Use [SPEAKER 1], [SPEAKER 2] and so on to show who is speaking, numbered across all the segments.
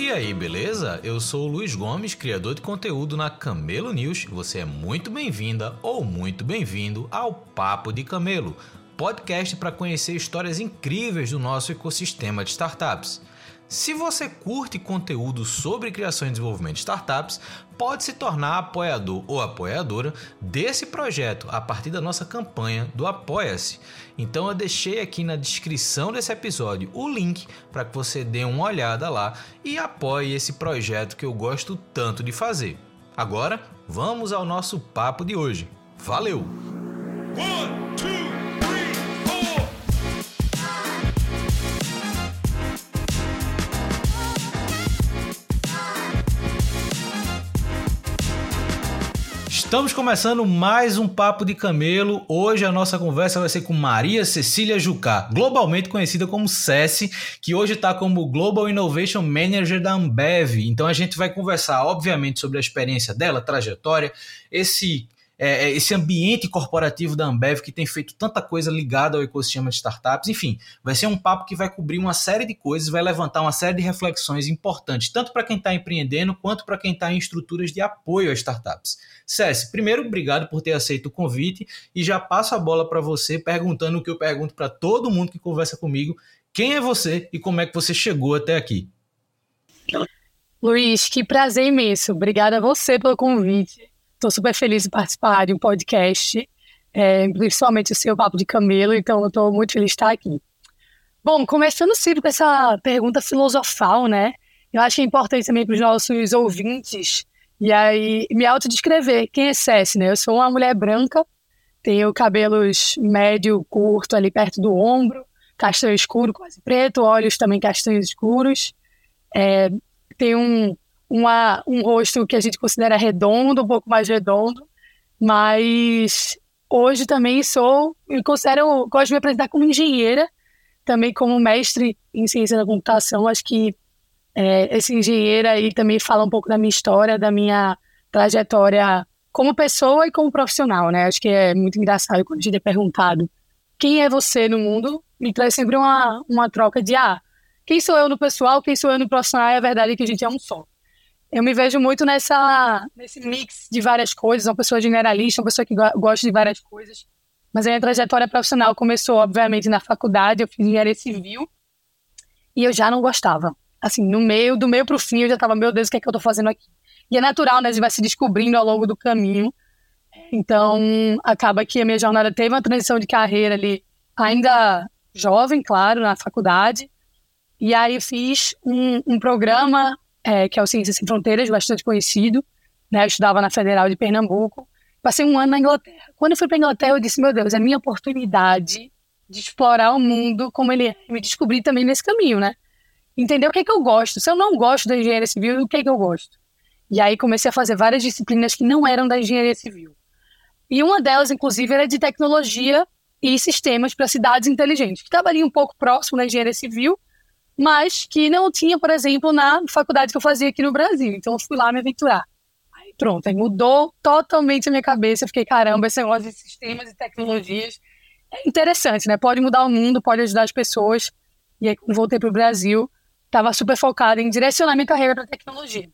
[SPEAKER 1] E aí, beleza? Eu sou o Luiz Gomes, criador de conteúdo na Camelo News. Você é muito bem-vinda ou muito bem-vindo ao Papo de Camelo, podcast para conhecer histórias incríveis do nosso ecossistema de startups. Se você curte conteúdo sobre criação e desenvolvimento de startups, pode se tornar apoiador ou apoiadora desse projeto a partir da nossa campanha do Apoia-se. Então eu deixei aqui na descrição desse episódio o link para que você dê uma olhada lá e apoie esse projeto que eu gosto tanto de fazer. Agora, vamos ao nosso papo de hoje. Valeu! 1, 2, 3, 4. Estamos começando mais um Papo de Camelo. Hoje a nossa conversa vai ser com Maria Cecília Jucá, globalmente conhecida como Ceci, que hoje está como Global Innovation Manager da Ambev. Então a gente vai conversar, obviamente, sobre a experiência dela, trajetória, esse ambiente corporativo da Ambev que tem feito tanta coisa ligada ao ecossistema de startups. Enfim, vai ser um papo que vai cobrir uma série de coisas, vai levantar uma série de reflexões importantes, tanto para quem está empreendendo, quanto para quem está em estruturas de apoio a startups. Ceci, primeiro, obrigado por ter aceito o convite e já passo a bola para você perguntando o que eu pergunto para todo mundo que conversa comigo: quem é você e como é que você chegou até aqui?
[SPEAKER 2] Luiz, que prazer imenso. Obrigada a você pelo convite. Estou super feliz de participar de um podcast, principalmente o seu Papo de Camelo, então eu estou muito feliz de estar aqui. Bom, começando sempre com essa pergunta filosofal, né? Eu acho que é importante também para os nossos ouvintes, e aí me autodescrever. Quem é Ceci, né? Eu sou uma mulher branca, tenho cabelos médio, curto, ali perto do ombro, castanho escuro, quase preto, olhos também castanhos escuros, tenho um rosto que a gente considera redondo, um pouco mais redondo, mas hoje também gosto de me apresentar como engenheira, também como mestre em ciência da computação. Acho que esse engenheiro aí também fala um pouco da minha história, da minha trajetória como pessoa e como profissional, né? Acho que é muito engraçado quando a gente é perguntado quem é você no mundo, me traz sempre uma troca de quem sou eu no pessoal, quem sou eu no profissional, e a verdade é que a gente é um só. Eu me vejo muito nesse mix de várias coisas, uma pessoa generalista, uma pessoa que gosta de várias coisas. Mas a minha trajetória profissional começou, obviamente, na faculdade. Eu fiz engenharia civil e eu já não gostava. Assim, do meio pro fim, eu já estava, meu Deus, o que é que eu estou fazendo aqui? E é natural, né? A gente vai se descobrindo ao longo do caminho. Então, acaba que a minha jornada teve uma transição de carreira ali, ainda jovem, claro, na faculdade. E aí eu fiz um programa que é o Ciências Sem Fronteiras, bastante conhecido, né? Eu estudava na Federal de Pernambuco, passei um ano na Inglaterra. Quando eu fui para a Inglaterra, eu disse, meu Deus, é a minha oportunidade de explorar o mundo como ele é, me descobrir também nesse caminho, né? Entender o que é que eu gosto. Se eu não gosto da engenharia civil, o que é que eu gosto? E aí comecei a fazer várias disciplinas que não eram da engenharia civil. E uma delas, inclusive, era de tecnologia e sistemas para cidades inteligentes, que estava ali um pouco próximo da engenharia civil, mas que não tinha, por exemplo, na faculdade que eu fazia aqui no Brasil. Então eu fui lá me aventurar. Aí pronto, aí mudou totalmente a minha cabeça. Eu fiquei, caramba, esse negócio de sistemas e tecnologias é interessante, né? Pode mudar o mundo, pode ajudar as pessoas. E aí, quando voltei para o Brasil, estava super focada em direcionar minha carreira para tecnologia.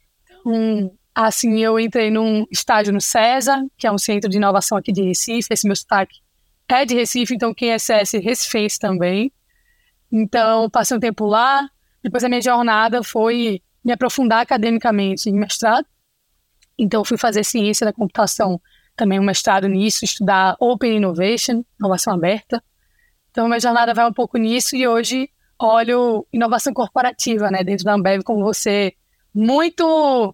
[SPEAKER 2] Então, assim, eu entrei num estágio no CESA, que é um centro de inovação aqui de Recife. Esse meu sotaque é de Recife, então quem é CS, recifense também. Então, passei um tempo lá. Depois a minha jornada foi me aprofundar academicamente em mestrado. Então, fui fazer ciência da computação, também um mestrado nisso, estudar Open Innovation, inovação aberta. Então, minha jornada vai um pouco nisso e hoje olho inovação corporativa, né, dentro da Ambev, como você, muito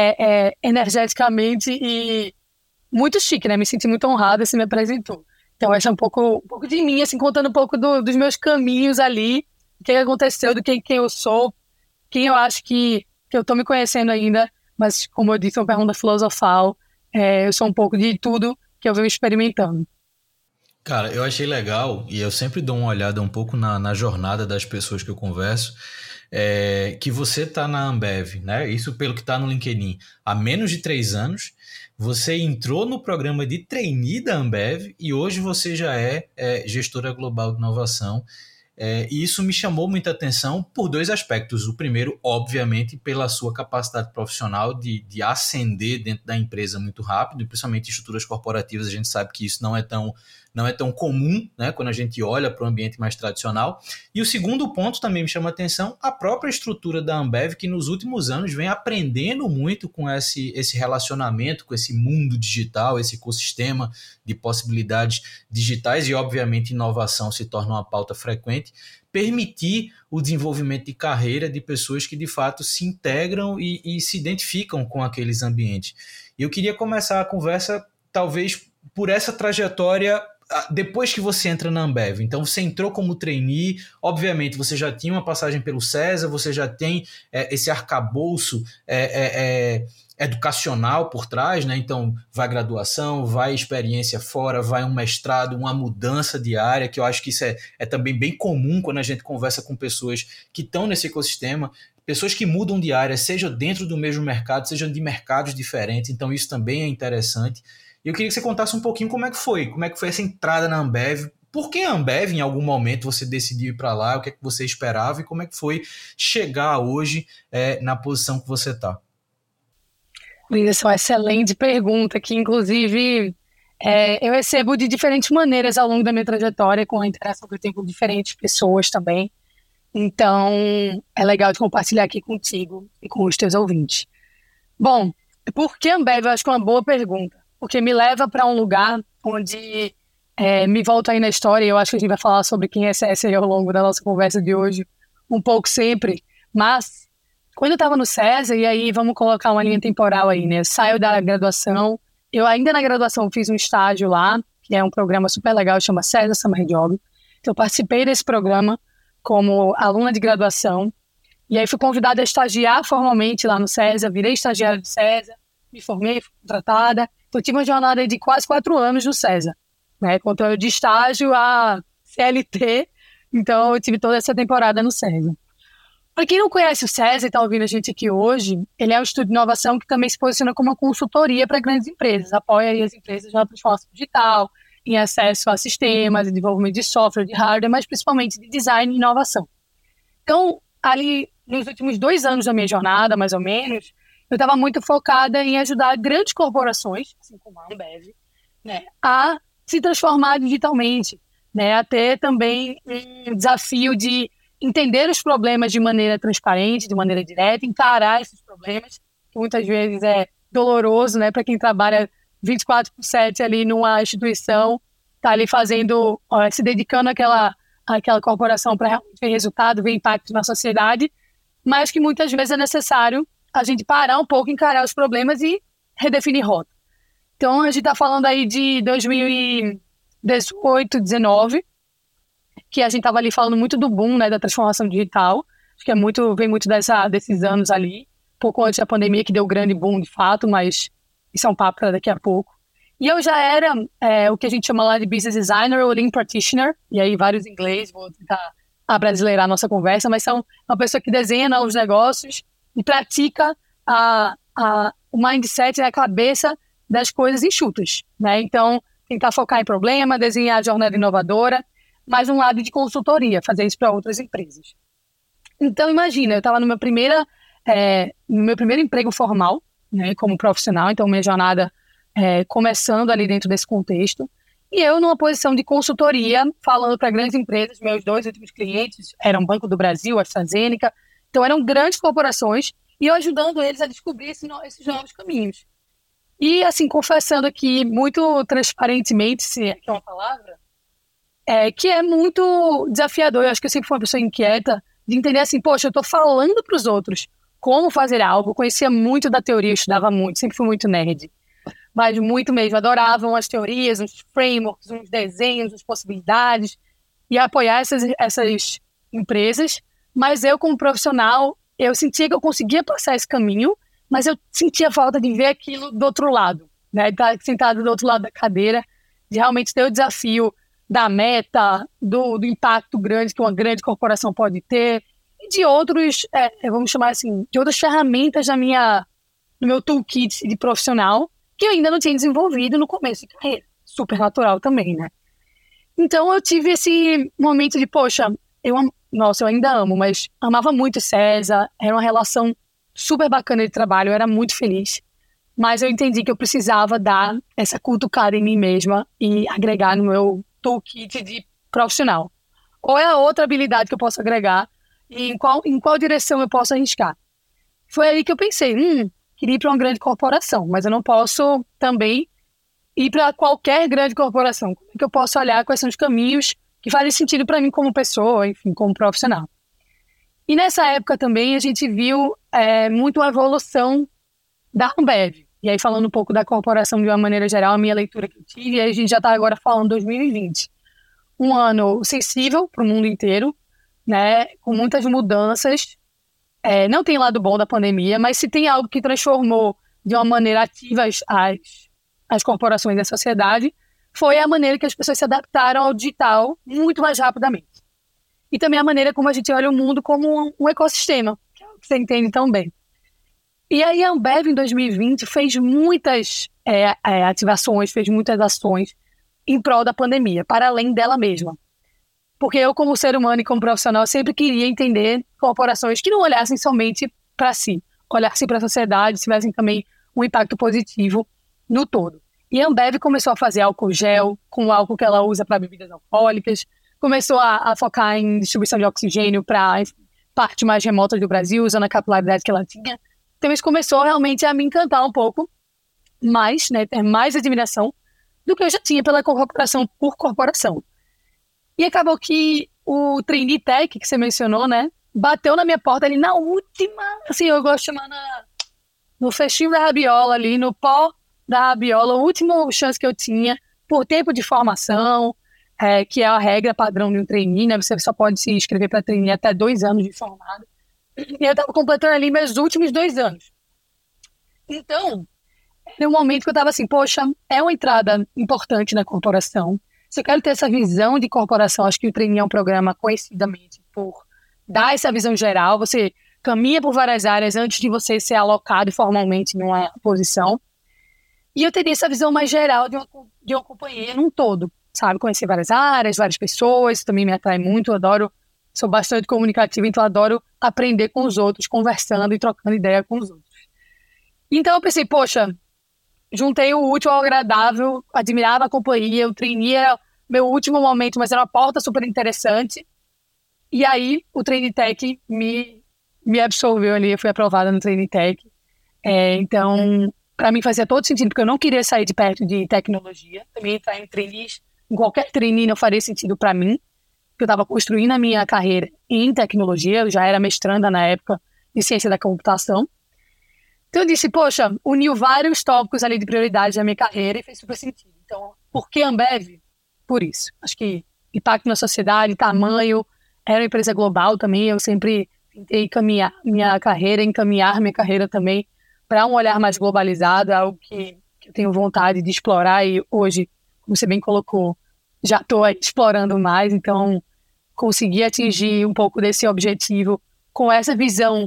[SPEAKER 2] energeticamente e muito chique, né? Me senti muito honrada, você me apresentou. Então, essa é um pouco de mim, assim, contando um pouco dos meus caminhos ali, o que aconteceu, quem eu sou, quem eu acho que eu estou me conhecendo ainda, mas, como eu disse, é uma pergunta filosofal, eu sou um pouco de tudo que eu venho experimentando.
[SPEAKER 1] Cara, eu achei legal, e eu sempre dou uma olhada um pouco na jornada das pessoas que eu converso, que você está na Ambev, né? Isso pelo que está no LinkedIn, há menos de 3 anos. Você entrou no programa de trainee da Ambev e hoje você já é gestora global de inovação. E isso me chamou muita atenção por dois aspectos. O primeiro, obviamente, pela sua capacidade profissional de ascender dentro da empresa muito rápido, e principalmente em estruturas corporativas, a gente sabe que isso não é tão comum, né, quando a gente olha para o ambiente mais tradicional. E o segundo ponto também me chama a atenção, a própria estrutura da Ambev, que nos últimos anos vem aprendendo muito com esse relacionamento, com esse mundo digital, esse ecossistema de possibilidades digitais, e obviamente inovação se torna uma pauta frequente, permitir o desenvolvimento de carreira de pessoas que de fato se integram e se identificam com aqueles ambientes. E eu queria começar a conversa talvez por essa trajetória depois que você entra na Ambev. Então você entrou como trainee, obviamente você já tinha uma passagem pelo César, você já tem esse arcabouço educacional por trás, né? Então vai graduação, vai experiência fora, vai um mestrado, uma mudança de área, que eu acho que isso é também bem comum quando a gente conversa com pessoas que estão nesse ecossistema, pessoas que mudam de área, seja dentro do mesmo mercado, seja de mercados diferentes, então isso também é interessante. E eu queria que você contasse um pouquinho como é que foi essa entrada na Ambev, por que a Ambev, em algum momento, você decidiu ir para lá, o que é que você esperava e como é que foi chegar hoje na posição que você está?
[SPEAKER 2] Essa é uma excelente pergunta, que inclusive eu recebo de diferentes maneiras ao longo da minha trajetória, com a interação que eu tenho com diferentes pessoas também. Então, é legal de compartilhar aqui contigo e com os teus ouvintes. Bom, por que Ambev? Eu acho que é uma boa pergunta, porque me leva para um lugar onde me volto aí na história, e eu acho que a gente vai falar sobre quem é César ao longo da nossa conversa de hoje, um pouco sempre, mas quando eu estava no César, e aí vamos colocar uma linha temporal aí, né? Eu saio da graduação, eu ainda na graduação fiz um estágio lá, que é um programa super legal, chama César Summer Job. Então eu participei desse programa como aluna de graduação, e aí fui convidada a estagiar formalmente lá no César, virei estagiária do César, me formei, fui contratada. Então eu tive uma jornada de quase 4 anos no César, né? Contou de estágio a CLT, então eu tive toda essa temporada no César. Para quem não conhece o César e está ouvindo a gente aqui hoje, ele é um estudo de inovação que também se posiciona como uma consultoria para grandes empresas, apoia aí as empresas na transformação digital, em acesso a sistemas, desenvolvimento de software, de hardware, mas principalmente de design e inovação. Então, ali nos últimos 2 anos da minha jornada, mais ou menos, eu estava muito focada em ajudar grandes corporações, assim como a Ambev, né, a se transformar digitalmente, né, a ter também um desafio de entender os problemas de maneira transparente, de maneira direta, encarar esses problemas, que muitas vezes é doloroso, né, para quem trabalha 24/7 ali numa instituição, tá ali fazendo, se dedicando àquela corporação para realmente ver resultado, ver impacto na sociedade, mas que muitas vezes é necessário a gente parar um pouco, encarar os problemas e redefinir rota. Então, a gente está falando aí de 2018, 2019, que a gente estava ali falando muito do boom, né, da transformação digital. Acho que vem muito desses anos ali, pouco antes da pandemia, que deu grande boom de fato, mas isso é um papo para daqui a pouco. E eu já era o que a gente chama lá de business designer ou lean practitioner, e aí vários em inglês, vou tentar abrasileirar a nossa conversa, mas são uma pessoa que desenha os negócios e pratica o mindset, a cabeça das coisas enxutas, né? Então, tentar focar em problema, desenhar a jornada inovadora, mais um lado de consultoria, fazer isso para outras empresas. Então, imagina, eu estava no meu primeiro emprego formal, né, como profissional, então minha jornada começando ali dentro desse contexto, e eu numa posição de consultoria, falando para grandes empresas. Meus 2 últimos clientes eram Banco do Brasil, AstraZeneca, então eram grandes corporações, e eu ajudando eles a descobrir esses novos caminhos. E assim, confessando aqui muito transparentemente, se é que é uma palavra, que é muito desafiador. Eu acho que eu sempre fui uma pessoa inquieta de entender assim, poxa, eu estou falando para os outros como fazer algo. Eu conhecia muito da teoria, eu estudava muito, sempre fui muito nerd, mas muito mesmo, adoravam as teorias, os frameworks, os desenhos, as possibilidades, e apoiar essas empresas. Mas eu, como profissional, eu sentia que eu conseguia passar esse caminho, mas eu sentia falta de ver aquilo do outro lado, né? Estar sentado do outro lado da cadeira, de realmente ter o desafio da meta, do impacto grande que uma grande corporação pode ter, e de outros, vamos chamar assim, de outras ferramentas no meu toolkit de profissional, que eu ainda não tinha desenvolvido no começo de carreira. Super natural também, né? Então eu tive esse momento de, poxa, Nossa, eu ainda amo, mas amava muito o César, era uma relação super bacana de trabalho, eu era muito feliz. Mas eu entendi que eu precisava dar essa cutucada em mim mesma e agregar no meu toolkit de profissional. Qual é a outra habilidade que eu posso agregar e em qual direção eu posso arriscar? Foi aí que eu pensei, queria ir para uma grande corporação, mas eu não posso também ir para qualquer grande corporação. Como é que eu posso olhar quais são os caminhos que fazem sentido para mim como pessoa, enfim, como profissional? E nessa época também a gente viu muito a evolução da Ambev. E aí, falando um pouco da corporação de uma maneira geral, a minha leitura que eu tive, e aí a gente já está agora falando 2020. Um ano sensível para o mundo inteiro, né, com muitas mudanças. Não tem lado bom da pandemia, mas se tem algo que transformou de uma maneira ativa as corporações da sociedade, foi a maneira que as pessoas se adaptaram ao digital muito mais rapidamente. E também a maneira como a gente olha o mundo como um ecossistema, que é o que você entende tão bem. E aí a Ambev, em 2020, fez muitas ativações, fez muitas ações em prol da pandemia, para além dela mesma. Porque eu, como ser humano e como profissional, sempre queria entender corporações que não olhassem somente para si, olhassem para a sociedade, tivessem também um impacto positivo no todo. E a Ambev começou a fazer álcool gel, com o álcool que ela usa para bebidas alcoólicas, começou a focar em distribuição de oxigênio para partes mais remotas do Brasil, usando a capilaridade que ela tinha. Então isso começou realmente a me encantar um pouco mais, né, ter mais admiração do que eu já tinha pela corporação por corporação. E acabou que o Trainee Tech, que você mencionou, né, bateu na minha porta ali na última, assim, eu gosto de chamar no festinho da rabiola ali, no pó da rabiola, a última chance que eu tinha por tempo de formação, que é a regra padrão de um trainee, né, você só pode se inscrever para trainee até 2 anos de formado. E eu estava completando ali meus últimos 2 anos. Então, era um momento que eu estava assim, poxa, é uma entrada importante na corporação. Se eu quero ter essa visão de corporação, acho que o trainee é um programa conhecidamente por dar essa visão geral. Você caminha por várias áreas antes de você ser alocado formalmente em uma posição. E eu teria essa visão mais geral de uma companhia num todo, sabe? Conhecer várias áreas, várias pessoas, isso também me atrai muito, eu adoro. Sou bastante comunicativa, então adoro aprender com os outros, conversando e trocando ideia com os outros. Então eu pensei, poxa, juntei o útil ao agradável, admirava a companhia, o trainee era meu último momento, mas era uma porta super interessante. E aí o Trainee Tech me absorveu ali, eu fui aprovada no Trainee Tech. Então, para mim fazia todo sentido, porque eu não queria sair de perto de tecnologia. Também entrar em trainees, em qualquer trainee não faria sentido para mim. Eu estava construindo a minha carreira em tecnologia, eu já era mestranda na época de ciência da computação. Então eu disse, poxa, uniu vários tópicos ali de prioridade da minha carreira e fez super sentido. Então, por que Ambev? Por isso. Acho que impacto na sociedade, tamanho, era uma empresa global também, eu sempre tentei encaminhar minha carreira também para um olhar mais globalizado, algo que eu tenho vontade de explorar e hoje, como você bem colocou, já estou explorando mais, então consegui atingir um pouco desse objetivo com essa visão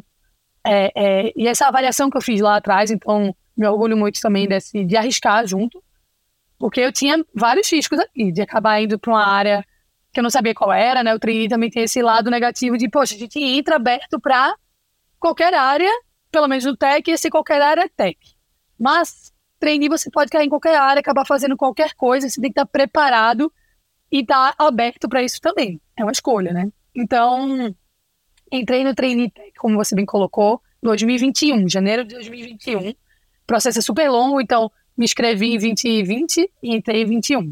[SPEAKER 2] e essa avaliação que eu fiz lá atrás, então me orgulho muito também de arriscar junto, porque eu tinha vários riscos aqui, de acabar indo para uma área que eu não sabia qual era, né? O trainee também tem esse lado negativo de, poxa, a gente entra aberto para qualquer área, pelo menos no tech, e se qualquer área é tech. Mas trainee você pode cair em qualquer área, acabar fazendo qualquer coisa, você tem que estar preparado e estar aberto para isso também. É uma escolha, né? Então, entrei no Trainee Tech, como você bem colocou, em 2021, janeiro de 2021. O processo é super longo, então me inscrevi em 2020 e entrei em 21.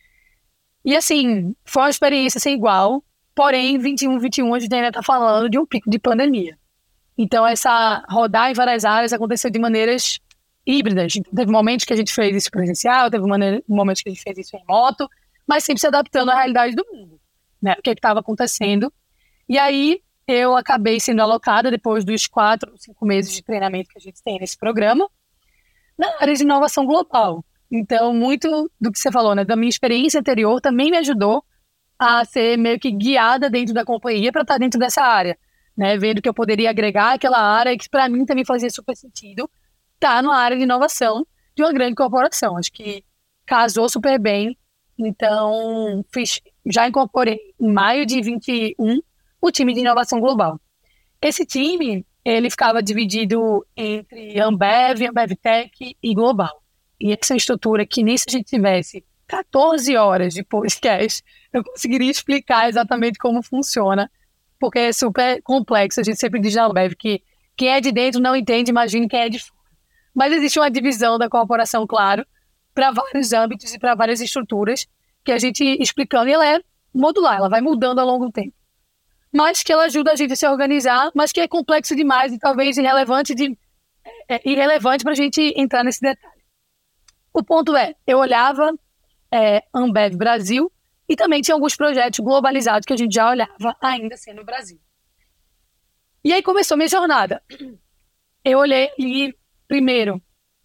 [SPEAKER 2] E assim, foi uma experiência sem igual, porém, 21 a gente ainda está falando de um pico de pandemia. Então, essa rodar em várias áreas aconteceu de maneiras híbridas. Então, teve momentos que a gente fez isso presencial, teve momentos que a gente fez isso remoto, mas sempre se adaptando à realidade do mundo, né? O que estava acontecendo. E aí, eu acabei sendo alocada, depois dos 4 ou 5 meses de treinamento que a gente tem nesse programa, na área de inovação global. Então, muito do que você falou, né, da minha experiência anterior também me ajudou a ser meio que guiada dentro da companhia para estar dentro dessa área, né, vendo que eu poderia agregar aquela área que para mim também fazia super sentido estar na área de inovação de uma grande corporação. Acho que casou super bem. Então, já incorporei em maio de 21 o time de inovação global. Esse time, ele ficava dividido entre Ambev, AmbevTech e Global. E essa estrutura que nem se a gente tivesse 14 horas de podcast, eu conseguiria explicar exatamente como funciona, porque é super complexo. A gente sempre diz na Ambev que quem é de dentro não entende, imagine quem é de fora. Mas existe uma divisão da corporação, claro, para vários âmbitos e para várias estruturas que a gente explicando, e ela é modular, ela vai mudando ao longo do tempo. Mas que ela ajuda a gente a se organizar, mas que é complexo demais e talvez irrelevante para a gente entrar nesse detalhe. O ponto é, eu olhava Ambev Brasil e também tinha alguns projetos globalizados que a gente já olhava ainda sendo no Brasil. E aí começou minha jornada. Eu olhei ali, primeiro,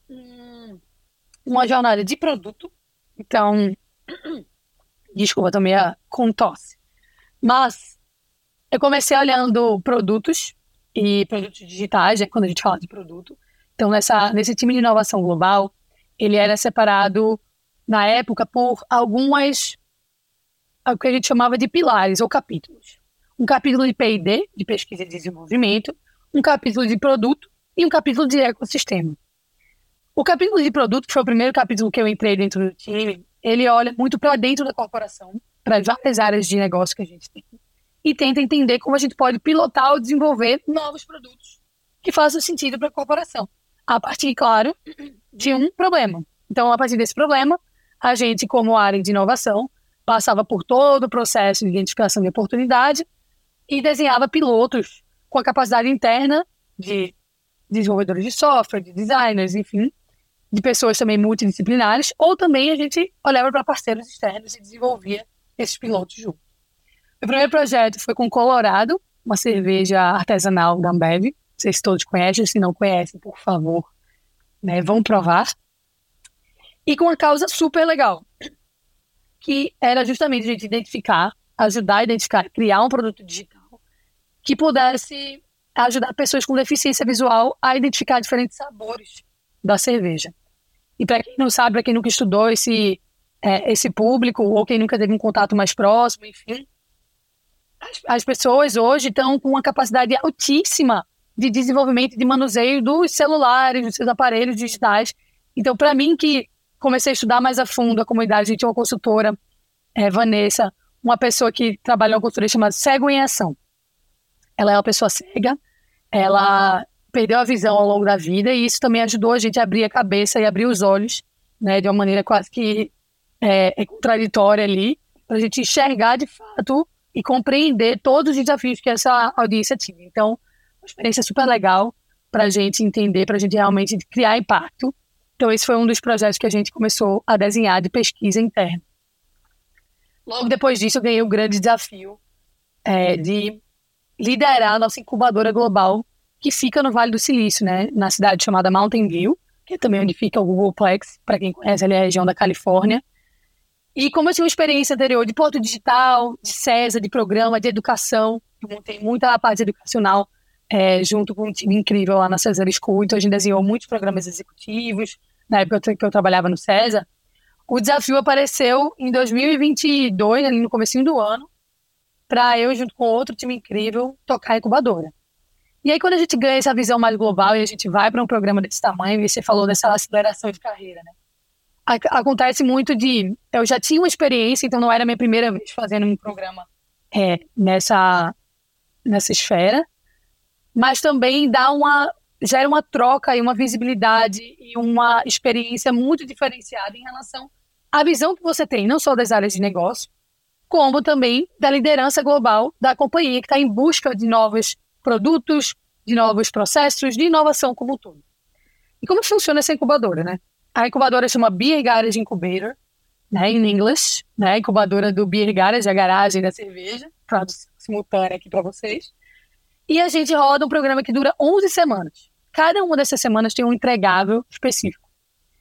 [SPEAKER 2] uma jornada de produto. Então, desculpa, também com tosse. Mas eu comecei olhando produtos e produtos digitais, quando a gente fala de produto. Então, nesse time de inovação global, ele era separado, na época, por o que a gente chamava de pilares ou capítulos. Um capítulo de P&D, de pesquisa e desenvolvimento, um capítulo de produto e um capítulo de ecossistema. O capítulo de produto, que foi o primeiro capítulo que eu entrei dentro do time, ele olha muito para dentro da corporação, para várias áreas de negócio que a gente tem, e tenta entender como a gente pode pilotar ou desenvolver novos produtos que façam sentido para a corporação, a partir, claro, de um problema. Então, a partir desse problema, a gente, como área de inovação, passava por todo o processo de identificação de oportunidade e desenhava pilotos com a capacidade interna de desenvolvedores de software, de designers, enfim, de pessoas também multidisciplinares, ou também a gente olhava para parceiros externos e desenvolvia esses pilotos juntos. O primeiro projeto foi com Colorado, uma cerveja artesanal da Ambev. Não sei se todos conhecem, se não conhecem, por favor, vão provar. E com uma causa super legal, que era justamente a gente ajudar a identificar, criar um produto digital que pudesse ajudar pessoas com deficiência visual a identificar diferentes sabores da cerveja. E para quem não sabe, para quem nunca estudou esse público, ou quem nunca teve um contato mais próximo, enfim, as pessoas hoje estão com uma capacidade altíssima de desenvolvimento e de manuseio dos celulares, dos seus aparelhos digitais. Então, para mim, que comecei a estudar mais a fundo a comunidade, a gente tinha uma consultora, Vanessa, uma pessoa que trabalha uma consultoria chamada Cego em Ação. Ela é uma pessoa cega, ela perdeu a visão ao longo da vida e isso também ajudou a gente a abrir a cabeça e abrir os olhos, de uma maneira quase que contraditória ali, para a gente enxergar de fato e compreender todos os desafios que essa audiência tinha. Então, uma experiência super legal para a gente entender, para a gente realmente criar impacto. Então, esse foi um dos projetos que a gente começou a desenhar de pesquisa interna. Logo depois disso, eu ganhei o grande desafio de liderar a nossa incubadora global, que fica no Vale do Silício, na cidade chamada Mountain View, que é também onde fica o Googleplex, para quem conhece ali a região da Califórnia. E como eu tinha uma experiência anterior de Porto Digital, de CESA, de programa, de educação, eu montei muita parte educacional junto com um time incrível lá na Cesar School, então a gente desenhou muitos programas executivos, na época que eu trabalhava no CESA. O desafio apareceu em 2022, ali no comecinho do ano, para eu, junto com outro time incrível, tocar a incubadora. E aí, quando a gente ganha essa visão mais global e a gente vai para um programa desse tamanho, e você falou dessa aceleração de carreira, acontece muito eu já tinha uma experiência, então não era a minha primeira vez fazendo um programa nessa esfera, mas também gera uma troca e uma visibilidade e uma experiência muito diferenciada em relação à visão que você tem, não só das áreas de negócio, como também da liderança global da companhia, que está em busca de novos produtos, de novos processos, de inovação como um todo. E como funciona essa incubadora, A incubadora chama Beer Garage Incubator, em inglês, a incubadora do Beer Garage, a garagem da cerveja, tradução simultânea aqui para vocês. E a gente roda um programa que dura 11 semanas. Cada uma dessas semanas tem um entregável específico.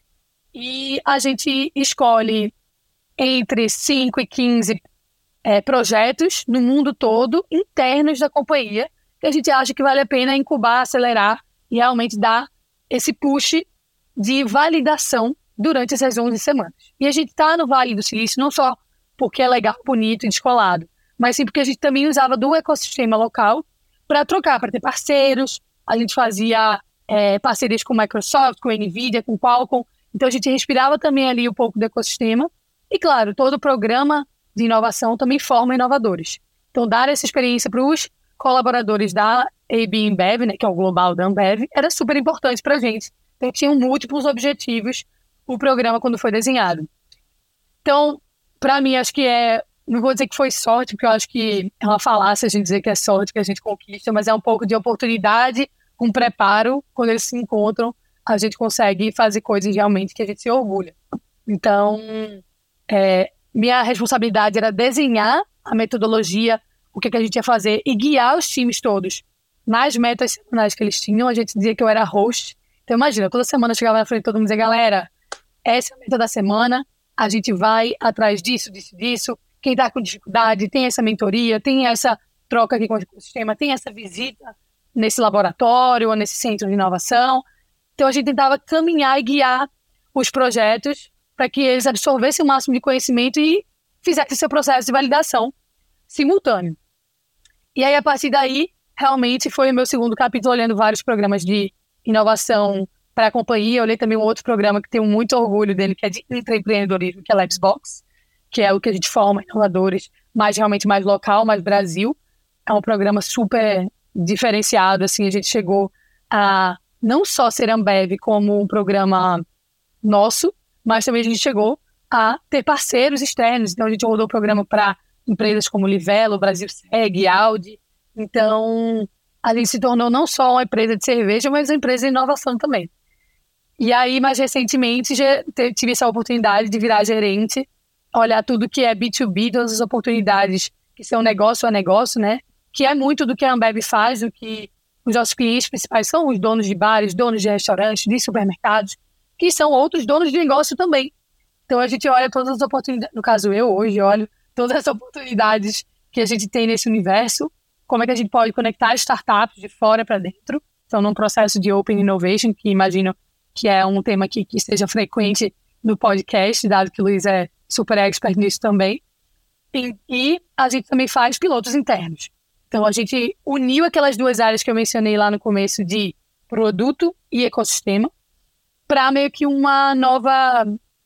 [SPEAKER 2] E a gente escolhe entre 5 e 15 projetos no mundo todo, internos da companhia, que a gente acha que vale a pena incubar, acelerar e realmente dar esse push de validação durante essas 11 semanas. E a gente está no Vale do Silício não só porque é legal, bonito e descolado, mas sim porque a gente também usava do ecossistema local para trocar, para ter parceiros. A gente fazia parcerias com Microsoft, com NVIDIA, com Qualcomm. Então, a gente respirava também ali um pouco do ecossistema. E, claro, todo programa de inovação também forma inovadores. Então, dar essa experiência para os colaboradores da AB InBev, né, que é o global da Ambev, era super importante para a gente. Então, tinham múltiplos objetivos o programa quando foi desenhado. Então, para mim, acho que não vou dizer que foi sorte, porque eu acho que é uma falácia a gente dizer que é sorte que a gente conquista, mas é um pouco de oportunidade, um preparo. Quando eles se encontram, a gente consegue fazer coisas realmente que a gente se orgulha. Então, minha responsabilidade era desenhar a metodologia, o que a gente ia fazer e guiar os times todos nas metas semanais que eles tinham. A gente dizia que eu era host. Então, imagina, toda semana eu chegava na frente de todo mundo e dizia, galera, essa é a meta da semana, a gente vai atrás disso. Quem está com dificuldade tem essa mentoria, tem essa troca aqui com o ecossistema, tem essa visita nesse laboratório ou nesse centro de inovação. Então, a gente tentava caminhar e guiar os projetos para que eles absorvessem o máximo de conhecimento e fizessem seu processo de validação simultâneo. E aí, a partir daí, realmente foi o meu segundo capítulo, olhando vários programas de inovação para a companhia. Eu olhei também um outro programa que tenho muito orgulho dele, que é de intraempreendedorismo, que é Labsbox, que é o que a gente forma inovadores, mas realmente mais local, mais Brasil. É um programa super diferenciado, assim, a gente chegou a não só ser Ambev como um programa nosso, mas também a gente chegou a ter parceiros externos. Então, a gente rodou o programa para empresas como Livelo, Brasil Segue, Audi. Então, a gente se tornou não só uma empresa de cerveja, mas uma empresa de inovação também. E aí, mais recentemente, já tive essa oportunidade de virar gerente, olhar tudo que é B2B, todas as oportunidades que são negócio a negócio, né? Que é muito do que a Ambev faz, do que os nossos clientes principais são os donos de bares, donos de restaurantes, de supermercados, que são outros donos de negócio também. Então, a gente olha todas as oportunidades, no caso eu hoje olho todas as oportunidades que a gente tem nesse universo, como é que a gente pode conectar startups de fora para dentro. Então, num processo de Open Innovation, que imagino que é um tema que esteja frequente no podcast, dado que o Luiz é super expert nisso também. E a gente também faz pilotos internos. Então, a gente uniu aquelas duas áreas que eu mencionei lá no começo de produto e ecossistema para meio que uma nova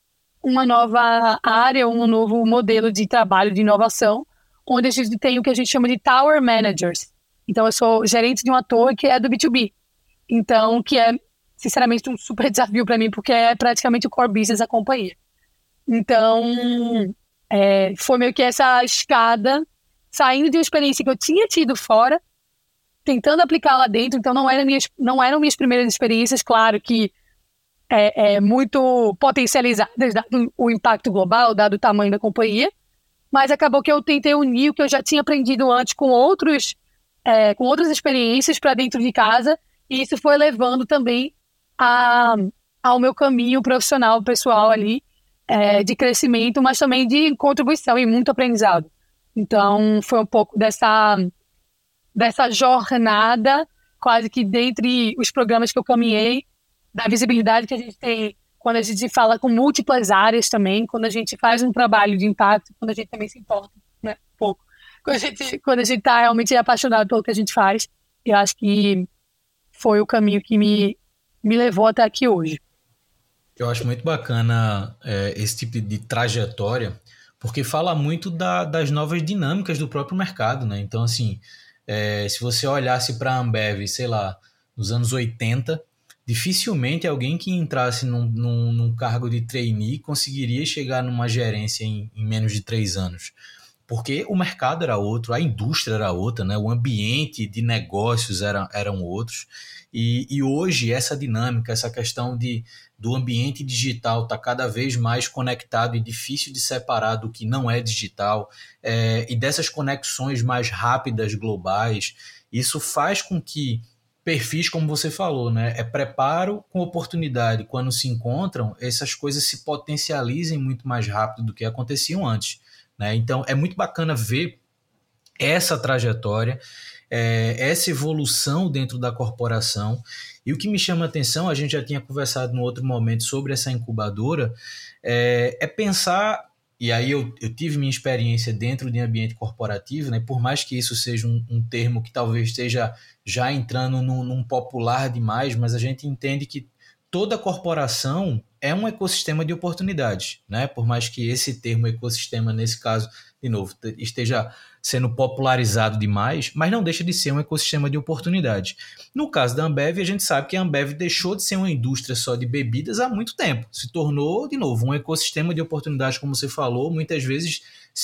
[SPEAKER 2] área, um novo modelo de trabalho de inovação, onde a gente tem o que a gente chama de Tower Managers. Então, eu sou gerente de uma torre que é do B2B. Então, que é, sinceramente, um super desafio para mim, porque é praticamente o core business da companhia. Então, foi meio que essa escada, saindo de uma experiência que eu tinha tido fora, tentando aplicar lá dentro. Então, não eram minhas primeiras experiências, claro que muito potencializadas, dado o impacto global, dado o tamanho da companhia, mas acabou que eu tentei unir o que eu já tinha aprendido antes com outras experiências para dentro de casa, e isso foi levando também ao meu caminho profissional, pessoal ali, de crescimento, mas também de contribuição e muito aprendizado. Então, foi um pouco dessa jornada, quase que dentre os programas que eu caminhei, da visibilidade que a gente tem quando a gente fala com múltiplas áreas também, quando a gente faz um trabalho de impacto, quando a gente também se importa, né, um pouco. Quando a gente está realmente apaixonado pelo que a gente faz, eu acho que foi o caminho que me levou até aqui hoje.
[SPEAKER 1] Eu acho muito bacana esse tipo de trajetória, porque fala muito das novas dinâmicas do próprio mercado, né? Então, assim, se você olhasse para a Ambev, sei lá, nos anos 80, dificilmente alguém que entrasse num cargo de trainee conseguiria chegar numa gerência em menos de 3 anos. Porque o mercado era outro, a indústria era outra, né? O ambiente de negócios eram outros. E hoje essa dinâmica, essa questão do ambiente digital está cada vez mais conectado e difícil de separar do que não é digital, e dessas conexões mais rápidas, globais, isso faz com que perfis, como você falou, né? Preparo com oportunidade. Quando se encontram, essas coisas se potencializem muito mais rápido do que aconteciam antes, né? Então, é muito bacana ver essa trajetória, essa evolução dentro da corporação. E o que me chama a atenção, a gente já tinha conversado no outro momento sobre essa incubadora, é pensar e aí eu tive minha experiência dentro de ambiente corporativo, né? Por mais que isso seja um termo que talvez esteja já entrando num popular demais, mas a gente entende que toda corporação é um ecossistema de oportunidades, né? Por mais que esse termo ecossistema, nesse caso, de novo, esteja sendo popularizado demais, mas não deixa de ser um ecossistema de oportunidades. No caso da Ambev, a gente sabe que a Ambev deixou de ser uma indústria só de bebidas há muito tempo. Se tornou, de novo, um ecossistema de oportunidades, como você falou, muitas vezes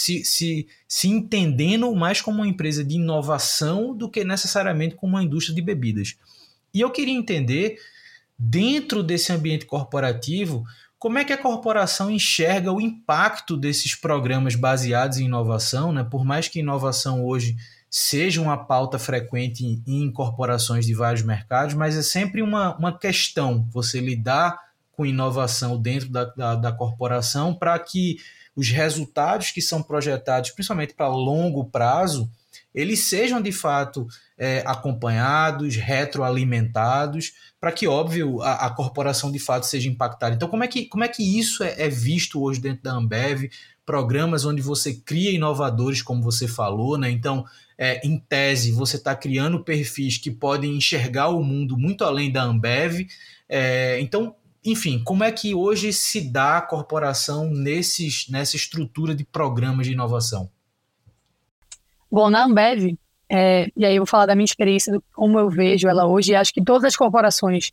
[SPEAKER 1] se entendendo mais como uma empresa de inovação do que necessariamente como uma indústria de bebidas. E eu queria entender, dentro desse ambiente corporativo, como é que a corporação enxerga o impacto desses programas baseados em inovação, né? Por mais que inovação hoje seja uma pauta frequente em corporações de vários mercados, mas é sempre uma questão você lidar com inovação dentro da corporação para que os resultados que são projetados, principalmente para longo prazo, eles sejam de fato acompanhados, retroalimentados, para que, óbvio, a corporação de fato seja impactada. Então, como é que isso é visto hoje dentro da Ambev? Programas onde você cria inovadores, como você falou, né? Então, em tese, você está criando perfis que podem enxergar o mundo muito além da Ambev. Então, enfim, como é que hoje se dá a corporação nessa estrutura de programas de inovação?
[SPEAKER 2] Bom, na Ambev, e aí eu vou falar da minha experiência, do como eu vejo ela hoje, e acho que todas as corporações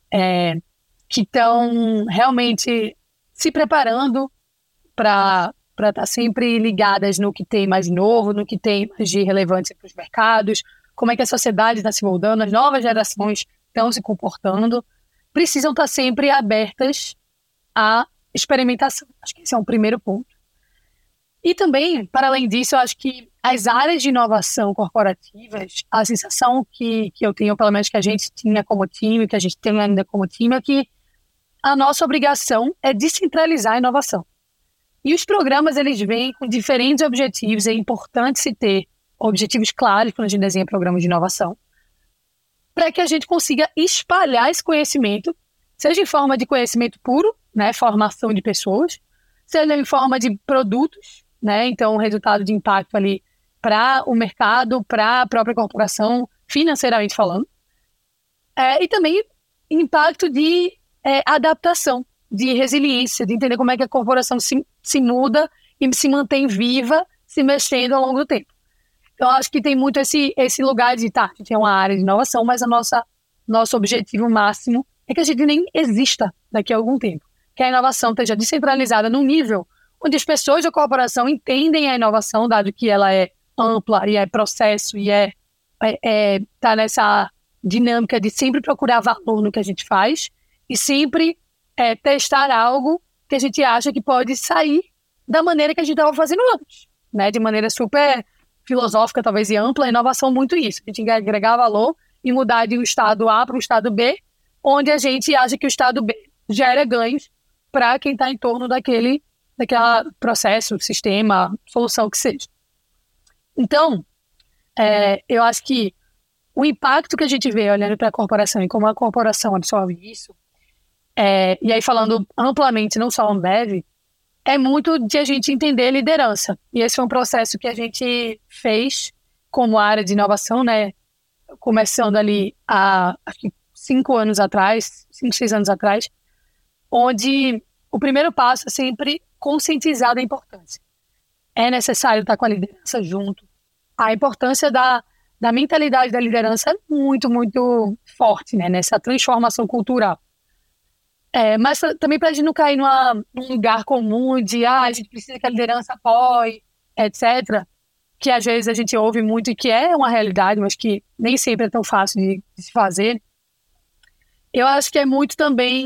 [SPEAKER 2] que estão realmente se preparando para estar sempre ligadas no que tem mais novo, no que tem mais de relevância para os mercados, como é que a sociedade está se moldando, as novas gerações estão se comportando, precisam estar sempre abertas à experimentação. Acho que esse é um primeiro ponto. E também, para além disso, eu acho que as áreas de inovação corporativas, a sensação que eu tenho, pelo menos que a gente tinha como time, que a gente tem ainda como time, é que a nossa obrigação é descentralizar a inovação. E os programas, eles vêm com diferentes objetivos, é importante se ter objetivos claros quando a gente desenha programas de inovação, para que a gente consiga espalhar esse conhecimento, seja em forma de conhecimento puro, né, formação de pessoas, seja em forma de produtos, né, então resultado de impacto ali para o mercado, para a própria corporação, financeiramente falando, e também impacto de adaptação, de resiliência, de entender como é que a corporação se muda e se mantém viva, se mexendo ao longo do tempo. Então, acho que tem muito esse lugar de, a gente é uma área de inovação, mas nosso objetivo máximo é que a gente nem exista daqui a algum tempo. Que a inovação esteja descentralizada num nível onde as pessoas da corporação entendem a inovação, dado que ela é ampla e é processo e tá nessa dinâmica de sempre procurar valor no que a gente faz e sempre testar algo que a gente acha que pode sair da maneira que a gente estava fazendo antes, né? De maneira super filosófica, talvez, e ampla, a inovação muito isso. A gente agregar valor e mudar de um estado A para um estado B, onde a gente acha que o estado B gera ganhos para quem está em torno daquele processo, sistema, solução que seja. Então, eu acho que o impacto que a gente vê olhando para a corporação e como a corporação absorve isso, e aí falando amplamente, não só a Ambev, é muito de a gente entender liderança. E esse foi um processo que a gente fez como área de inovação, né? Começando ali acho que 5 anos atrás, 5, 6 anos atrás, onde o primeiro passo é sempre conscientizar da importância. É necessário estar com a liderança junto. A importância da mentalidade da liderança é muito, muito forte, né? Nessa transformação cultural. Mas também para a gente não cair num lugar comum de a gente precisa que a liderança apoie, etc., que às vezes a gente ouve muito e que é uma realidade, mas que nem sempre é tão fácil de se fazer. Eu acho que é muito também...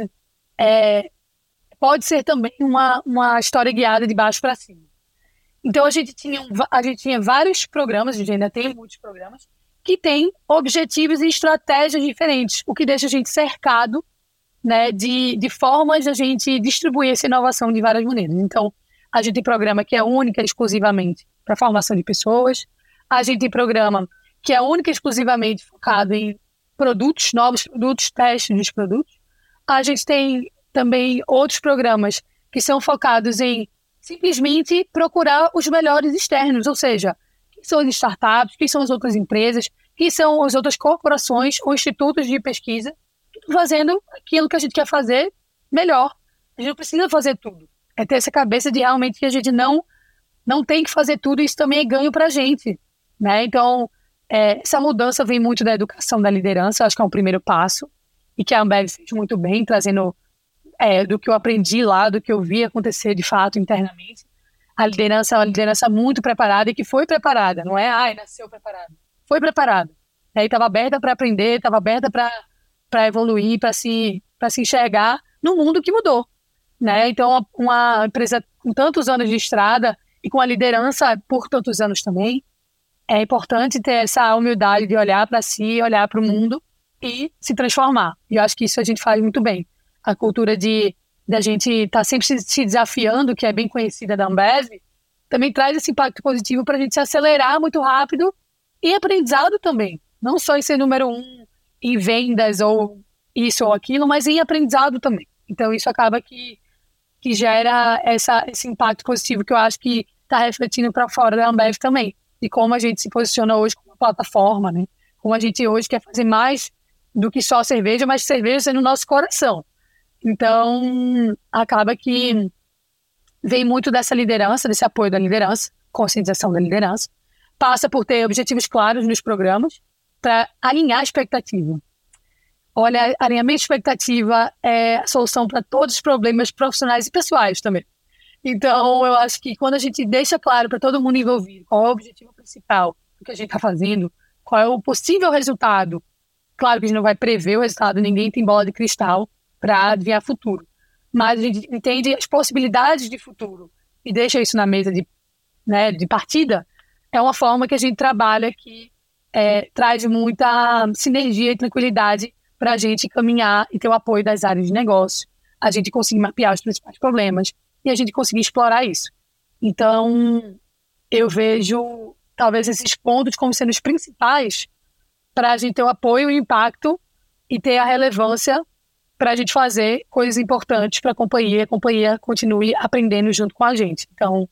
[SPEAKER 2] pode ser também uma história guiada de baixo para cima. Então, a gente tinha vários programas, a gente ainda tem muitos programas, que têm objetivos e estratégias diferentes, o que deixa a gente cercado, né, de formas de a gente distribuir essa inovação de várias maneiras. Então, a gente tem programa que é única exclusivamente para formação de pessoas, a gente tem programa que é única exclusivamente focado em produtos, novos produtos, testes dos produtos. A gente tem também outros programas que são focados em simplesmente procurar os melhores externos, ou seja, quem são as startups, quem são as outras empresas, quem são as outras corporações ou institutos de pesquisa, tudo fazendo aquilo que a gente quer fazer melhor. A gente não precisa fazer tudo. É ter essa cabeça de realmente que a gente não tem que fazer tudo, e isso também é ganho para a gente, né? Então, essa mudança vem muito da educação da liderança, acho que é um primeiro passo, e que a Ambev fez muito bem, trazendo do que eu aprendi lá, do que eu vi acontecer de fato internamente. A liderança é uma liderança muito preparada e que foi preparada, não é, nasceu preparada. Foi preparada. E estava aberta para aprender, estava aberta para evoluir, para se enxergar no mundo que mudou, né? Então, uma empresa com tantos anos de estrada e com a liderança por tantos anos também, é importante ter essa humildade de olhar para si, olhar para o mundo e se transformar. E eu acho que isso a gente faz muito bem. A cultura da gente estar sempre se desafiando, que é bem conhecida da Ambev, também traz esse impacto positivo para a gente se acelerar muito rápido e aprendizado também. Não só em ser número 1 em vendas ou isso ou aquilo, mas em aprendizado também. Então, isso acaba que gera esse impacto positivo que eu acho que está refletindo para fora da Ambev também. E como a gente se posiciona hoje como plataforma, né? Como a gente hoje quer fazer mais do que só cerveja, mas cerveja sendo o nosso coração. Então, acaba que vem muito dessa liderança, desse apoio da liderança, conscientização da liderança, passa por ter objetivos claros nos programas para alinhar a expectativa. Olha, alinhamento de expectativa é a solução para todos os problemas profissionais e pessoais também. Então, eu acho que quando a gente deixa claro para todo mundo envolvido qual é o objetivo principal do que a gente está fazendo, qual é o possível resultado, claro que a gente não vai prever o resultado, ninguém tem bola de cristal para adivinhar futuro, mas a gente entende as possibilidades de futuro e deixa isso na mesa de partida, é uma forma que a gente trabalha que traz muita sinergia e tranquilidade para a gente caminhar e ter o apoio das áreas de negócio, a gente conseguir mapear os principais problemas e a gente conseguir explorar isso. Então, eu vejo talvez esses pontos como sendo os principais para a gente ter o apoio e o impacto e ter a relevância para a gente fazer coisas importantes para a companhia continue aprendendo junto com a gente. Então,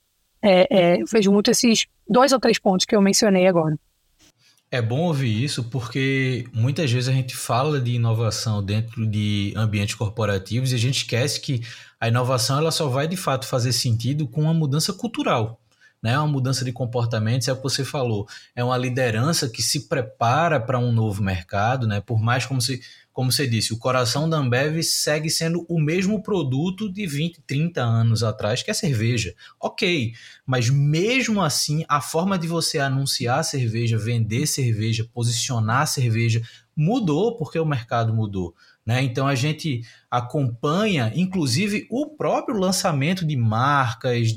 [SPEAKER 2] eu vejo muito esses 2 ou 3 pontos que eu mencionei agora.
[SPEAKER 1] É bom ouvir isso porque muitas vezes a gente fala de inovação dentro de ambientes corporativos e a gente esquece que a inovação ela só vai de fato fazer sentido com uma mudança cultural, né? Uma mudança de comportamentos, é o que você falou, é uma liderança que se prepara para um novo mercado, né? Por mais como você disse, o coração da Ambev segue sendo o mesmo produto de 20, 30 anos atrás, que é a cerveja. Ok, mas mesmo assim, a forma de você anunciar a cerveja, vender cerveja, posicionar a cerveja, mudou porque o mercado mudou, né? Então a gente acompanha, inclusive, o próprio lançamento de marcas,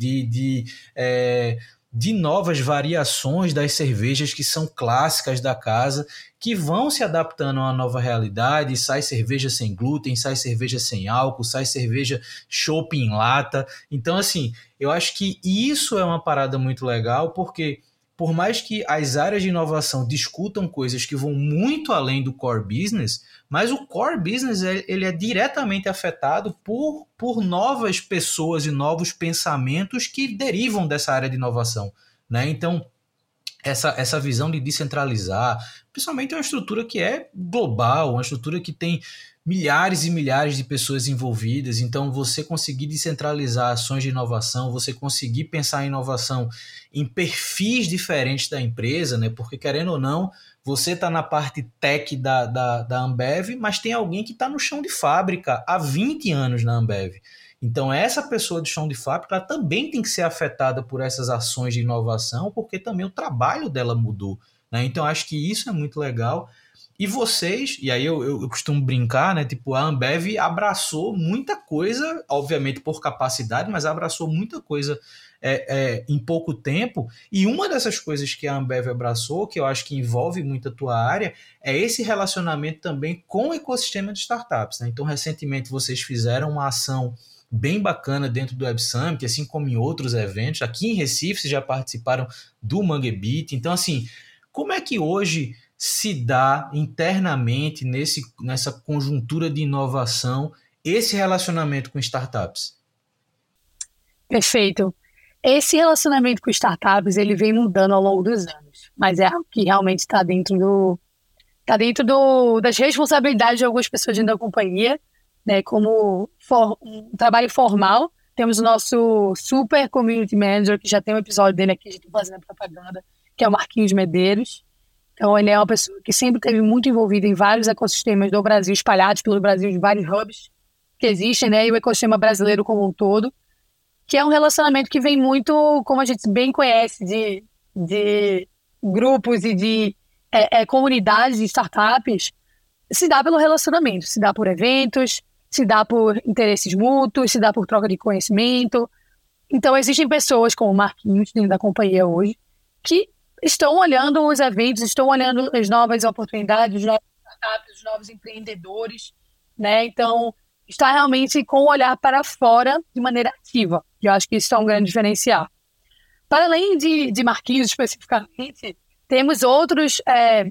[SPEAKER 1] de novas variações das cervejas que são clássicas da casa, que vão se adaptando a uma nova realidade. Sai cerveja sem glúten, sai cerveja sem álcool, sai cerveja chopp em lata. Então, assim, eu acho que isso é uma parada muito legal, porque por mais que as áreas de inovação discutam coisas que vão muito além do core business, mas o core business ele é diretamente afetado por novas pessoas e novos pensamentos que derivam dessa área de inovação, né? Então, essa visão de descentralizar, principalmente uma estrutura que é global, uma estrutura que tem milhares e milhares de pessoas envolvidas, então você conseguir descentralizar ações de inovação, você conseguir pensar em inovação em perfis diferentes da empresa, né? Porque querendo ou não, você está na parte tech da Ambev, mas tem alguém que está no chão de fábrica há 20 anos na Ambev. Então, essa pessoa de chão de fábrica ela também tem que ser afetada por essas ações de inovação, porque também o trabalho dela mudou, né? Então, acho que isso é muito legal. E vocês, e aí eu costumo brincar, né? Tipo, a Ambev abraçou muita coisa, obviamente por capacidade, mas abraçou muita coisa em pouco tempo. E uma dessas coisas que a Ambev abraçou, que eu acho que envolve muito a tua área, é esse relacionamento também com o ecossistema de startups, né? Então, recentemente vocês fizeram uma ação bem bacana dentro do Web Summit, assim como em outros eventos. Aqui em Recife, vocês já participaram do Mangue Beat. Então, assim, como é que hoje se dá internamente nessa conjuntura de inovação esse relacionamento com startups?
[SPEAKER 2] Perfeito. Esse relacionamento com startups, ele vem mudando ao longo dos anos, mas é algo que realmente das responsabilidades de algumas pessoas dentro da companhia, né? Como um trabalho formal, temos o nosso super community manager, que já tem um episódio dele aqui, a gente fazendo a propaganda, que é o Marquinhos Medeiros. Então, ele é uma pessoa que sempre esteve muito envolvida em vários ecossistemas do Brasil, espalhados pelo Brasil, de vários hubs que existem, né? E o ecossistema brasileiro como um todo, que é um relacionamento que vem muito, como a gente bem conhece, de grupos e de comunidades de startups, se dá pelo relacionamento, se dá por eventos, se dá por interesses mútuos, se dá por troca de conhecimento. Então, existem pessoas como o Marquinhos, dentro da companhia hoje, que estão olhando os eventos, estão olhando as novas oportunidades, os novos startups, os novos empreendedores, né? Então, está realmente com o olhar para fora de maneira ativa. E eu acho que isso é um grande diferencial. Para além de Marquinhos especificamente, temos outros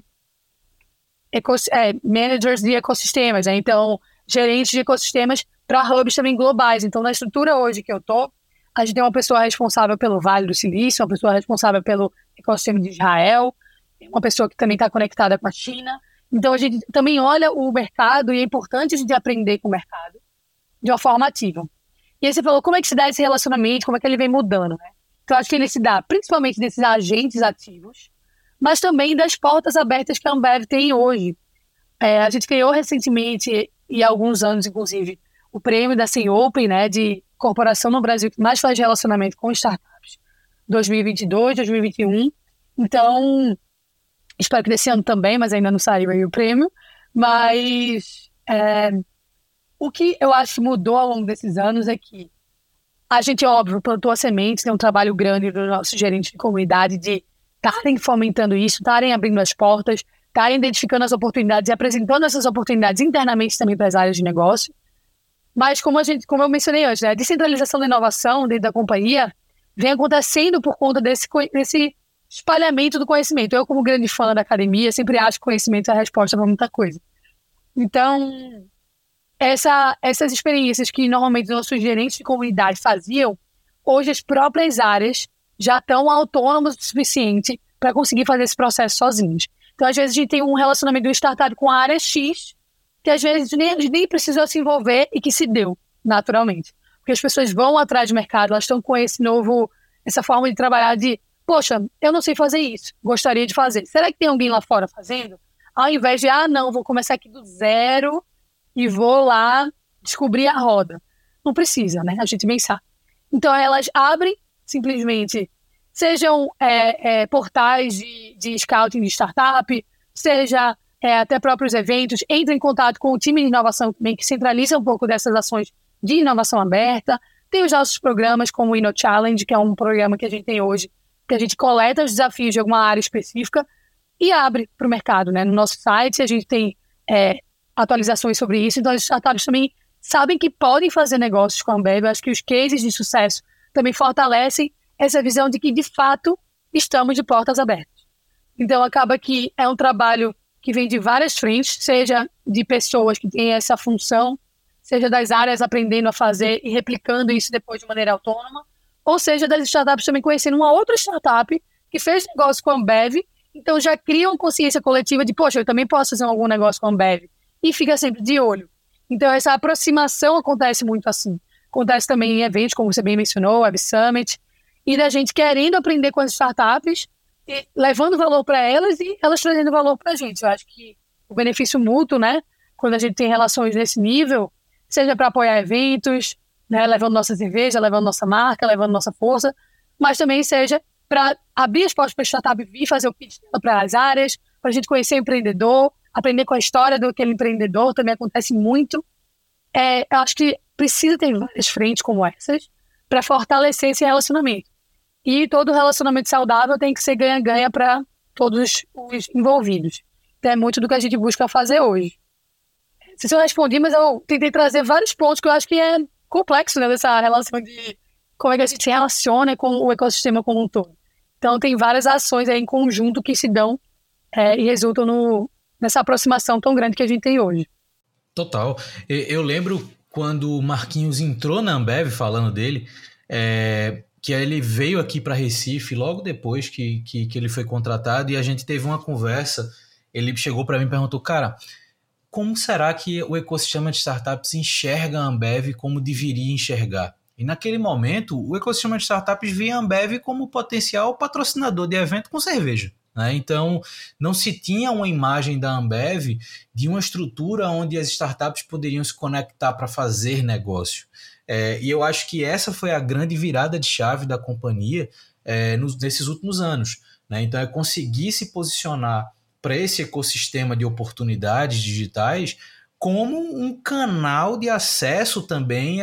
[SPEAKER 2] managers de ecossistemas, né? Então, gerentes de ecossistemas para hubs também globais. Então, na estrutura hoje que eu estou, a gente tem uma pessoa responsável pelo Vale do Silício, uma pessoa responsável pelo ecossistema de Israel, uma pessoa que também está conectada com a China. Então, a gente também olha o mercado e é importante a gente aprender com o mercado de uma forma ativa. E aí você falou, como é que se dá esse relacionamento, como é que ele vem mudando, né? Então, acho que ele se dá principalmente desses agentes ativos, mas também das portas abertas que a Ambev tem hoje. A gente ganhou recentemente, e há alguns anos, inclusive, o prêmio da Sem Open, né, de corporação no Brasil que mais faz relacionamento com startups, 2022, 2021. Então, espero que desse ano também, mas ainda não saiu aí o prêmio. Mas o que eu acho que mudou ao longo desses anos é que a gente, óbvio, plantou a semente, tem um trabalho grande do nosso gerente de comunidade de estarem fomentando isso, estarem abrindo as portas, estarem identificando as oportunidades e apresentando essas oportunidades internamente também para as áreas de negócio. Mas como eu mencionei antes, né, a descentralização da inovação dentro da companhia vem acontecendo por conta desse espalhamento do conhecimento. Eu, como grande fã da academia, sempre acho que conhecimento é a resposta para muita coisa. Então, essas experiências que normalmente nossos gerentes de comunidade faziam, hoje as próprias áreas já estão autônomas o suficiente para conseguir fazer esse processo sozinhos. Então, às vezes, a gente tem um relacionamento do startup com a área X, que às vezes nem precisou se envolver e que se deu naturalmente. Porque as pessoas vão atrás do mercado, elas estão com essa forma de trabalhar de, poxa, eu não sei fazer isso, gostaria de fazer. Será que tem alguém lá fora fazendo? Ao invés de, não, vou começar aqui do zero e vou lá descobrir a roda. Não precisa, né? A gente bem sabe. Então, elas abrem simplesmente, sejam portais de scouting de startup, seja até próprios eventos, entra em contato com o time de inovação também, que centraliza um pouco dessas ações de inovação aberta. Tem os nossos programas, como o Inno Challenge, que é um programa que a gente tem hoje, que a gente coleta os desafios de alguma área específica e abre para o mercado, né? No nosso site, a gente tem atualizações sobre isso, então as startups também sabem que podem fazer negócios com a Ambev. Eu acho que os cases de sucesso também fortalecem essa visão de que, de fato, estamos de portas abertas. Então, acaba que é um trabalho que vem de várias frentes, seja de pessoas que têm essa função, seja das áreas aprendendo a fazer e replicando isso depois de maneira autônoma, ou seja das startups também conhecendo uma outra startup que fez negócio com a Ambev, então já criam consciência coletiva de, poxa, eu também posso fazer algum negócio com a Ambev, e fica sempre de olho. Então, essa aproximação acontece muito assim. Acontece também em eventos, como você bem mencionou, o Web Summit, e da gente querendo aprender com as startups, e levando valor para elas e elas trazendo valor para a gente. Eu acho que o benefício mútuo, né, quando a gente tem relações nesse nível, seja para apoiar eventos, né, levando nossa cerveja, levando nossa marca, levando nossa força, mas também seja para abrir as portas para a startup vir fazer o pitch para as áreas, para a gente conhecer o empreendedor, aprender com a história daquele empreendedor, também acontece muito. Eu acho que precisa ter várias frentes como essas para fortalecer esse relacionamento. E todo relacionamento saudável tem que ser ganha-ganha para todos os envolvidos. Então, é muito do que a gente busca fazer hoje. Não sei se eu respondi, mas eu tentei trazer vários pontos que eu acho que é complexo, né, dessa relação de como é que a gente se relaciona com o ecossistema como um todo. Então, tem várias ações aí em conjunto que se dão e resultam nessa aproximação tão grande que a gente tem hoje.
[SPEAKER 1] Total. Eu lembro quando o Marquinhos entrou na Ambev, falando dele, que ele veio aqui para Recife logo depois que ele foi contratado, e a gente teve uma conversa. Ele chegou para mim e perguntou, cara, como será que o ecossistema de startups enxerga a Ambev como deveria enxergar? E naquele momento, o ecossistema de startups via a Ambev como potencial patrocinador de evento com cerveja, né? Então, não se tinha uma imagem da Ambev de uma estrutura onde as startups poderiam se conectar para fazer negócio. E eu acho que essa foi a grande virada de chave da companhia nesses últimos anos, né? Então, é conseguir se posicionar para esse ecossistema de oportunidades digitais como um canal de acesso também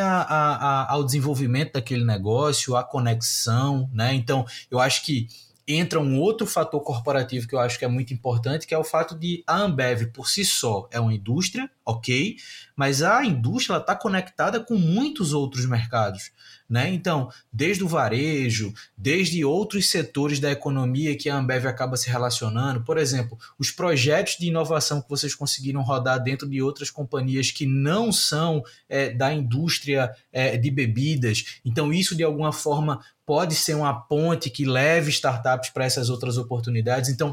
[SPEAKER 1] ao desenvolvimento daquele negócio, à conexão, né? Então, eu acho que entra um outro fator corporativo que eu acho que é muito importante, que é o fato de a Ambev, por si só, é uma indústria, ok, mas a indústria está conectada com muitos outros mercados, né? Então, desde o varejo, desde outros setores da economia que a Ambev acaba se relacionando, por exemplo, os projetos de inovação que vocês conseguiram rodar dentro de outras companhias que não são da indústria de bebidas, então isso de alguma forma pode ser uma ponte que leve startups para essas outras oportunidades. Então,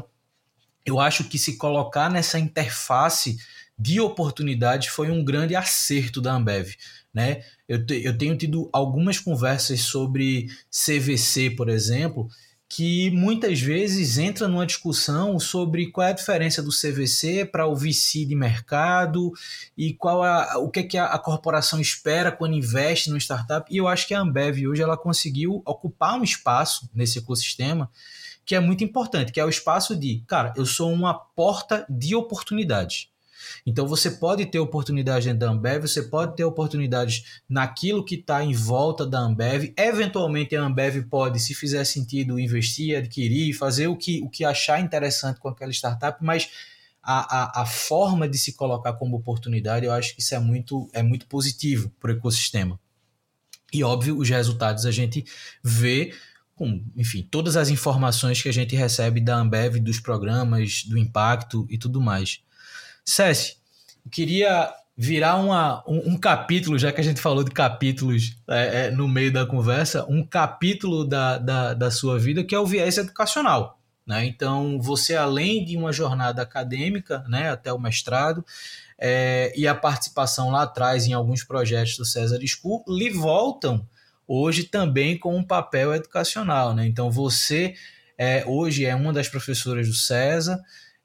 [SPEAKER 1] eu acho que se colocar nessa interface de oportunidades foi um grande acerto da Ambev, né? Eu tenho tido algumas conversas sobre CVC, por exemplo, que muitas vezes entra numa discussão sobre qual é a diferença do CVC para o VC de mercado e o que é que a corporação espera quando investe no startup. E eu acho que a Ambev hoje ela conseguiu ocupar um espaço nesse ecossistema que é muito importante, que é o espaço de, cara, eu sou uma porta de oportunidade. Então você pode ter oportunidade dentro da Ambev, você pode ter oportunidades naquilo que está em volta da Ambev. Eventualmente a Ambev pode, se fizer sentido, investir, adquirir, fazer o que achar interessante com aquela startup, mas a forma de se colocar como oportunidade, eu acho que isso é muito positivo para o ecossistema. E óbvio, os resultados a gente vê com, enfim, todas as informações que a gente recebe da Ambev, dos programas, do impacto e tudo mais. César, eu queria virar um capítulo, já que a gente falou de capítulos no meio da conversa, um capítulo da sua vida que é o viés educacional, né? Então, você além de uma jornada acadêmica, né, até o mestrado, e a participação lá atrás em alguns projetos do César School, lhe voltam hoje também com um papel educacional, né? Então, você hoje é uma das professoras do César,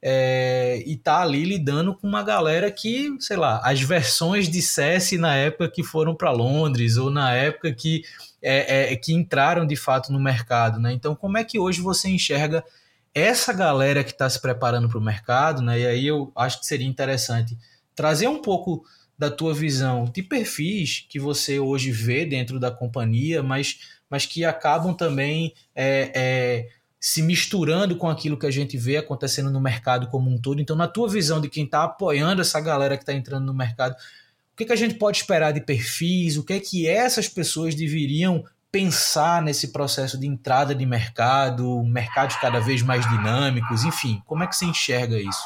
[SPEAKER 1] e está ali lidando com uma galera que, sei lá, as versões de SESI na época que foram para Londres ou na época que entraram de fato no mercado, né? Então, como é que hoje você enxerga essa galera que está se preparando para o mercado, né? E aí eu acho que seria interessante trazer um pouco da tua visão de perfis que você hoje vê dentro da companhia, mas que acabam também se misturando com aquilo que a gente vê acontecendo no mercado como um todo. Então, na tua visão de quem está apoiando essa galera que está entrando no mercado, o que a gente pode esperar de perfis? O que é que essas pessoas deveriam pensar nesse processo de entrada de mercado, mercados cada vez mais dinâmicos, enfim, como é que você enxerga isso?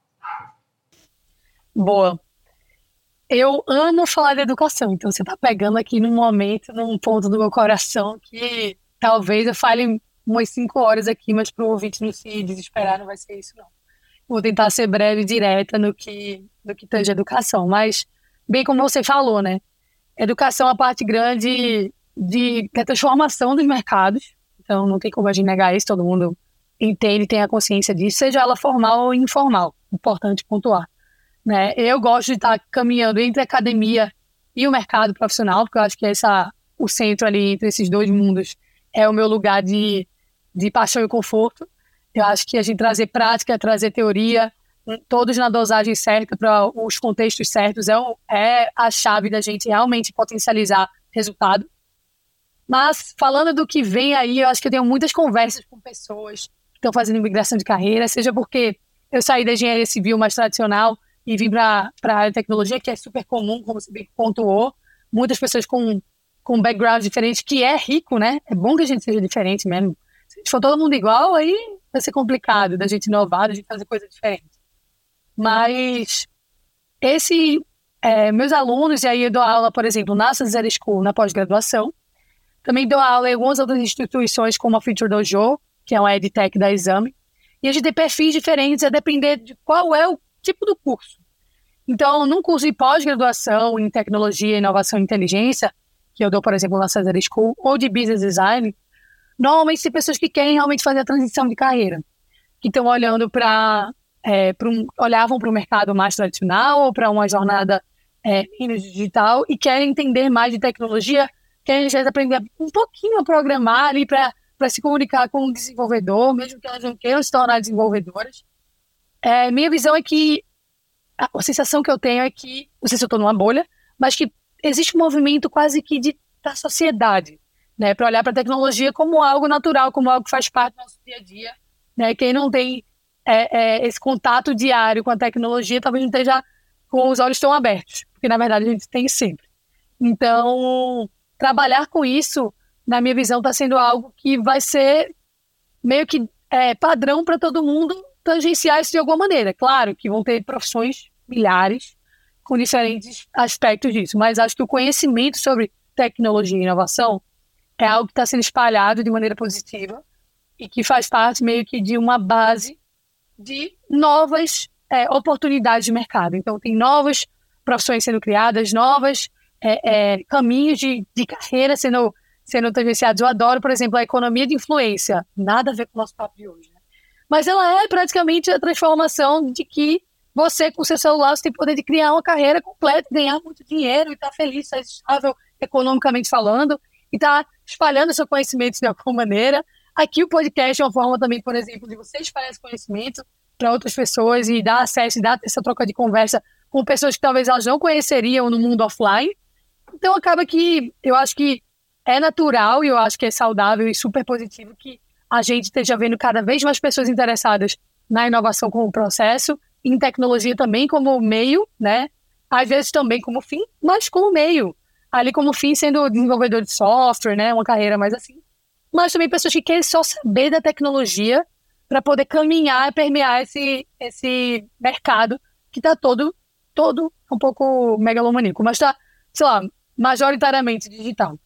[SPEAKER 2] Boa. Eu amo falar de educação, então você está pegando aqui num momento, num ponto do meu coração que talvez eu fale umas 5 horas aqui, mas para o ouvinte não se desesperar, não vai ser isso, não. Vou tentar ser breve e direta no que tange educação, mas bem como você falou, né? Educação é a parte grande da transformação dos mercados, então não tem como a gente negar isso, todo mundo entende, tem a consciência disso, seja ela formal ou informal, importante pontuar. Né? Eu gosto de estar caminhando entre a academia e o mercado profissional, porque eu acho que o centro ali entre esses dois mundos é o meu lugar de paixão e conforto. Eu acho que a gente trazer prática, trazer teoria, todos na dosagem certa, para os contextos certos, é a chave da gente realmente potencializar resultado. Mas, falando do que vem aí, eu acho que eu tenho muitas conversas com pessoas que estão fazendo migração de carreira, seja porque eu saí da engenharia civil mais tradicional e vim para a área de tecnologia, que é super comum, como você bem pontuou. Muitas pessoas com background diferente, que é rico, né? É bom que a gente seja diferente mesmo. Se for todo mundo igual, aí vai ser complicado da gente inovar, da gente fazer coisa diferente. Mas meus alunos, e aí eu dou aula, por exemplo, na César School, na pós-graduação, Também dou aula em algumas outras instituições, como a Future Dojo, que é uma EdTech da Exame. E a gente tem perfis diferentes a depender de qual é o tipo do curso. Então, num curso de pós-graduação em tecnologia, inovação e inteligência, que eu dou, por exemplo, na Cesar School, ou de business design, normalmente tem pessoas que querem realmente fazer a transição de carreira, que estão olhando olhavam para o mercado mais tradicional ou para uma jornada menos digital e querem entender mais de tecnologia, querem já aprender um pouquinho a programar ali para se comunicar com o desenvolvedor, mesmo que elas não queiram se tornar desenvolvedoras. Minha visão é que a sensação que eu tenho é que, não sei se eu estou numa bolha, mas que existe um movimento quase que da sociedade, né, para olhar para a tecnologia como algo natural, como algo que faz parte do nosso dia a dia. Né? Quem não tem esse contato diário com a tecnologia talvez não esteja com os olhos tão abertos, porque na verdade a gente tem sempre. Então, trabalhar com isso, na minha visão, está sendo algo que vai ser meio que padrão para todo mundo tangenciar isso de alguma maneira. Claro que vão ter profissões milhares com diferentes aspectos disso, mas acho que o conhecimento sobre tecnologia e inovação é algo que está sendo espalhado de maneira positiva e que faz parte meio que de uma base de novas oportunidades de mercado. Então, tem novas profissões sendo criadas, novos caminhos de carreira sendo tangenciados. Eu adoro, por exemplo, a economia de influência. Nada a ver com o nosso papo de hoje, né? Mas ela é praticamente a transformação de que você, com o seu celular, você tem poder de criar uma carreira completa, ganhar muito dinheiro e estar feliz, estar estável economicamente falando e estar espalhando seu conhecimento de alguma maneira. Aqui o podcast é uma forma também, por exemplo, de você espalhar esse conhecimento para outras pessoas e dar acesso e dar essa troca de conversa com pessoas que talvez elas não conheceriam no mundo offline. Então acaba que eu acho que é natural e eu acho que é saudável e super positivo que a gente esteja vendo cada vez mais pessoas interessadas na inovação como processo, em tecnologia também como meio, né? Às vezes também como fim, mas como meio. Ali como fim sendo desenvolvedor de software, né? Uma carreira mais assim. Mas também pessoas que querem só saber da tecnologia para poder caminhar e permear esse mercado que está todo um pouco megalomaníaco, mas está, sei lá, majoritariamente digital.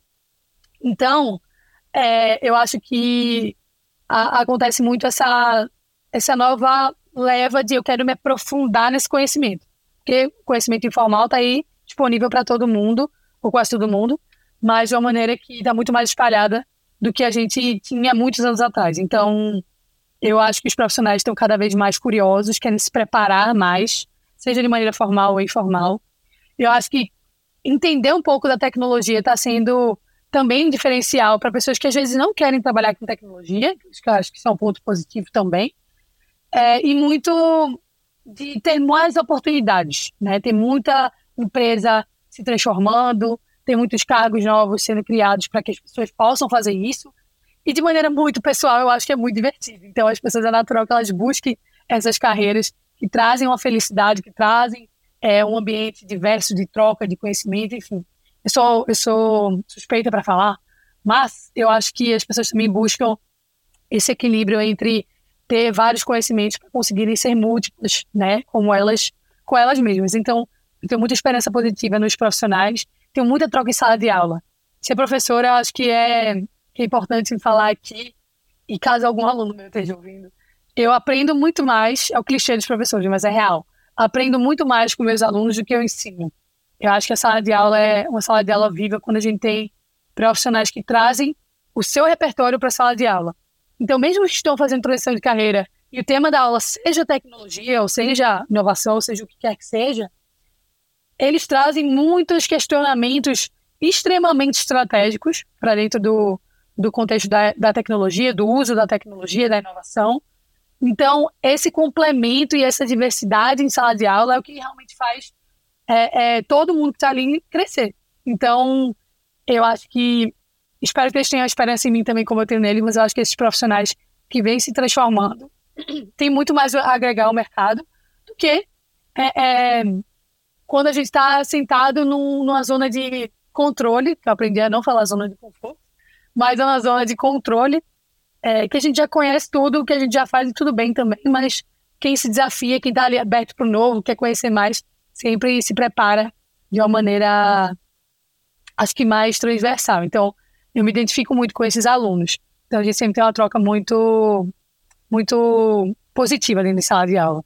[SPEAKER 2] Então, eu acho que acontece muito essa nova leva de eu quero me aprofundar nesse conhecimento. Porque o conhecimento informal está aí disponível para todo mundo, ou quase todo mundo, mas de uma maneira que está muito mais espalhada do que a gente tinha muitos anos atrás. Então, eu acho que os profissionais estão cada vez mais curiosos, querem se preparar mais, seja de maneira formal ou informal. Eu acho que entender um pouco da tecnologia está sendo também um diferencial para pessoas que às vezes não querem trabalhar com tecnologia, que eu acho que isso é um ponto positivo também, e muito de ter mais oportunidades, né? Tem muita empresa se transformando, tem muitos cargos novos sendo criados para que as pessoas possam fazer isso, e de maneira muito pessoal eu acho que é muito divertido. Então as pessoas é natural que elas busquem essas carreiras que trazem uma felicidade, que trazem um ambiente diverso de troca, de conhecimento, enfim. Eu sou suspeita para falar, mas eu acho que as pessoas também buscam esse equilíbrio entre ter vários conhecimentos para conseguirem ser múltiplas, né, com elas mesmas. Então, eu tenho muita esperança positiva nos profissionais, tenho muita troca em sala de aula. Ser professora, eu acho que é importante falar aqui, e caso algum aluno meu esteja ouvindo, eu aprendo muito mais, é o clichê dos professores, mas é real, aprendo muito mais com meus alunos do que eu ensino. Eu acho que a sala de aula é uma sala de aula viva quando a gente tem profissionais que trazem o seu repertório para a sala de aula. Então, mesmo que estão fazendo transição de carreira e o tema da aula seja tecnologia, ou seja inovação, ou seja o que quer que seja, eles trazem muitos questionamentos extremamente estratégicos para dentro do contexto da tecnologia, do uso da tecnologia, da inovação. Então, esse complemento e essa diversidade em sala de aula é o que realmente faz todo mundo que está ali crescer. Então, eu acho que, espero que eles tenham a esperança em mim também, como eu tenho nele, mas eu acho que esses profissionais que vêm se transformando têm muito mais a agregar ao mercado do que quando a gente está sentado numa zona de controle, que eu aprendi a não falar zona de conforto, mas é uma zona de controle, que a gente já conhece tudo, que a gente já faz e tudo bem também, mas quem se desafia, quem está ali aberto para o novo, quer conhecer mais, sempre se prepara de uma maneira, acho que mais transversal. Então, eu me identifico muito com esses alunos. Então, a gente sempre tem uma troca muito, muito positiva dentro de sala de aula.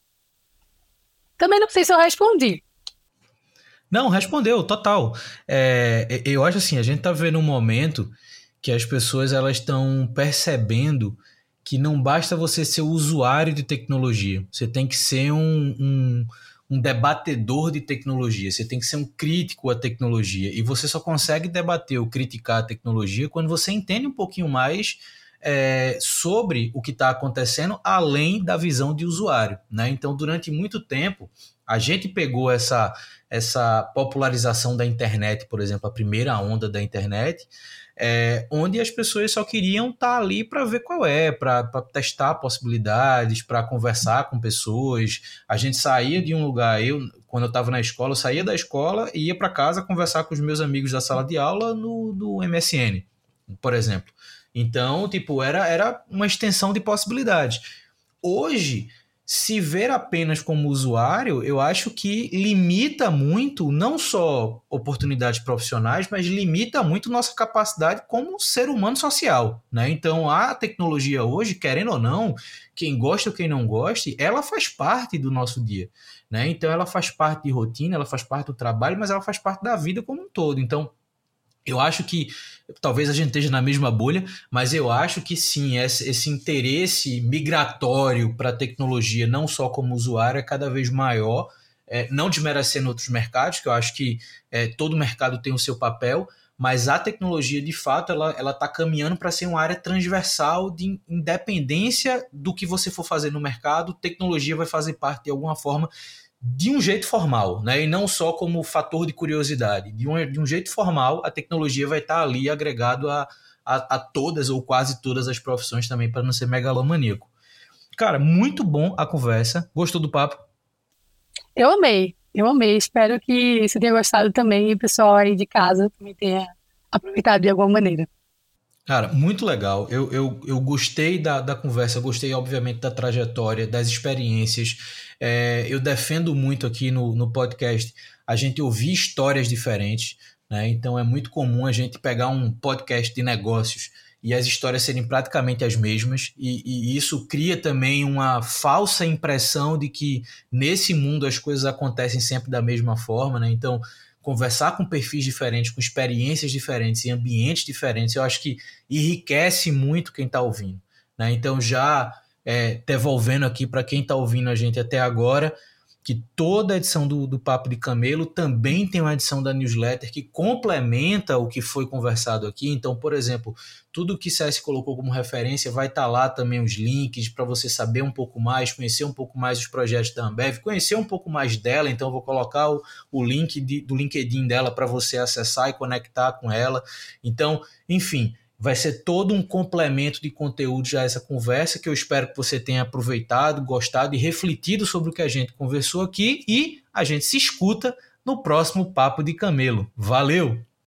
[SPEAKER 2] Também não sei se eu respondi.
[SPEAKER 1] Não, respondeu, total. Eu acho assim, a gente tá vendo um momento que as pessoas elas estão percebendo que não basta você ser usuário de tecnologia, você tem que ser um debatedor de tecnologia, você tem que ser um crítico à tecnologia, e você só consegue debater ou criticar a tecnologia quando você entende um pouquinho mais sobre o que está acontecendo além da visão de usuário, né? Então, durante muito tempo, a gente pegou essa popularização da internet, por exemplo, a primeira onda da internet, onde as pessoas só queriam estar ali para ver qual para testar possibilidades, para conversar com pessoas. A gente saía de um lugar, quando eu estava na escola, eu saía da escola e ia para casa conversar com os meus amigos da sala de aula no MSN, por exemplo. Então, tipo, era uma extensão de possibilidades. Hoje, se ver apenas como usuário, eu acho que limita muito, não só oportunidades profissionais, mas limita muito nossa capacidade como ser humano social, né? Então, a tecnologia hoje, querendo ou não, quem gosta ou quem não goste, ela faz parte do nosso dia, né? Então, ela faz parte de rotina, ela faz parte do trabalho, mas ela faz parte da vida como um todo. Então, eu acho que talvez a gente esteja na mesma bolha, mas eu acho que sim, esse interesse migratório para a tecnologia, não só como usuário, é cada vez maior, não desmerecendo outros mercados, que eu acho que todo mercado tem o seu papel, mas a tecnologia, de fato, ela está caminhando para ser uma área transversal de independência do que você for fazer no mercado, tecnologia vai fazer parte de alguma forma de um jeito formal, né? E não só como fator de curiosidade. De um jeito formal, a tecnologia vai estar ali agregado a todas ou quase todas as profissões também, para não ser megalomaníaco. Cara, muito bom a conversa. Gostou do papo?
[SPEAKER 2] Eu amei. Espero que você tenha gostado também e o pessoal aí de casa também tenha aproveitado de alguma maneira.
[SPEAKER 1] Cara, muito legal. Eu gostei da conversa, gostei, obviamente, da trajetória, das experiências. Eu defendo muito aqui no podcast a gente ouvir histórias diferentes, né? Então é muito comum a gente pegar um podcast de negócios e as histórias serem praticamente as mesmas, e isso cria também uma falsa impressão de que nesse mundo as coisas acontecem sempre da mesma forma, né? Então, conversar com perfis diferentes, com experiências diferentes, em ambientes diferentes, eu acho que enriquece muito quem está ouvindo, né? Então, já devolvendo aqui para quem está ouvindo a gente até agora, que toda edição do Papo de Camelo também tem uma edição da newsletter que complementa o que foi conversado aqui. Então, por exemplo, tudo que César colocou como referência vai estar lá também, os links para você saber um pouco mais, conhecer um pouco mais os projetos da Ambev, conhecer um pouco mais dela. Então, eu vou colocar o link do LinkedIn dela para você acessar e conectar com ela. Então, enfim, vai ser todo um complemento de conteúdo já essa conversa, que eu espero que você tenha aproveitado, gostado e refletido sobre o que a gente conversou aqui, e a gente se escuta no próximo Papo de Camelo. Valeu!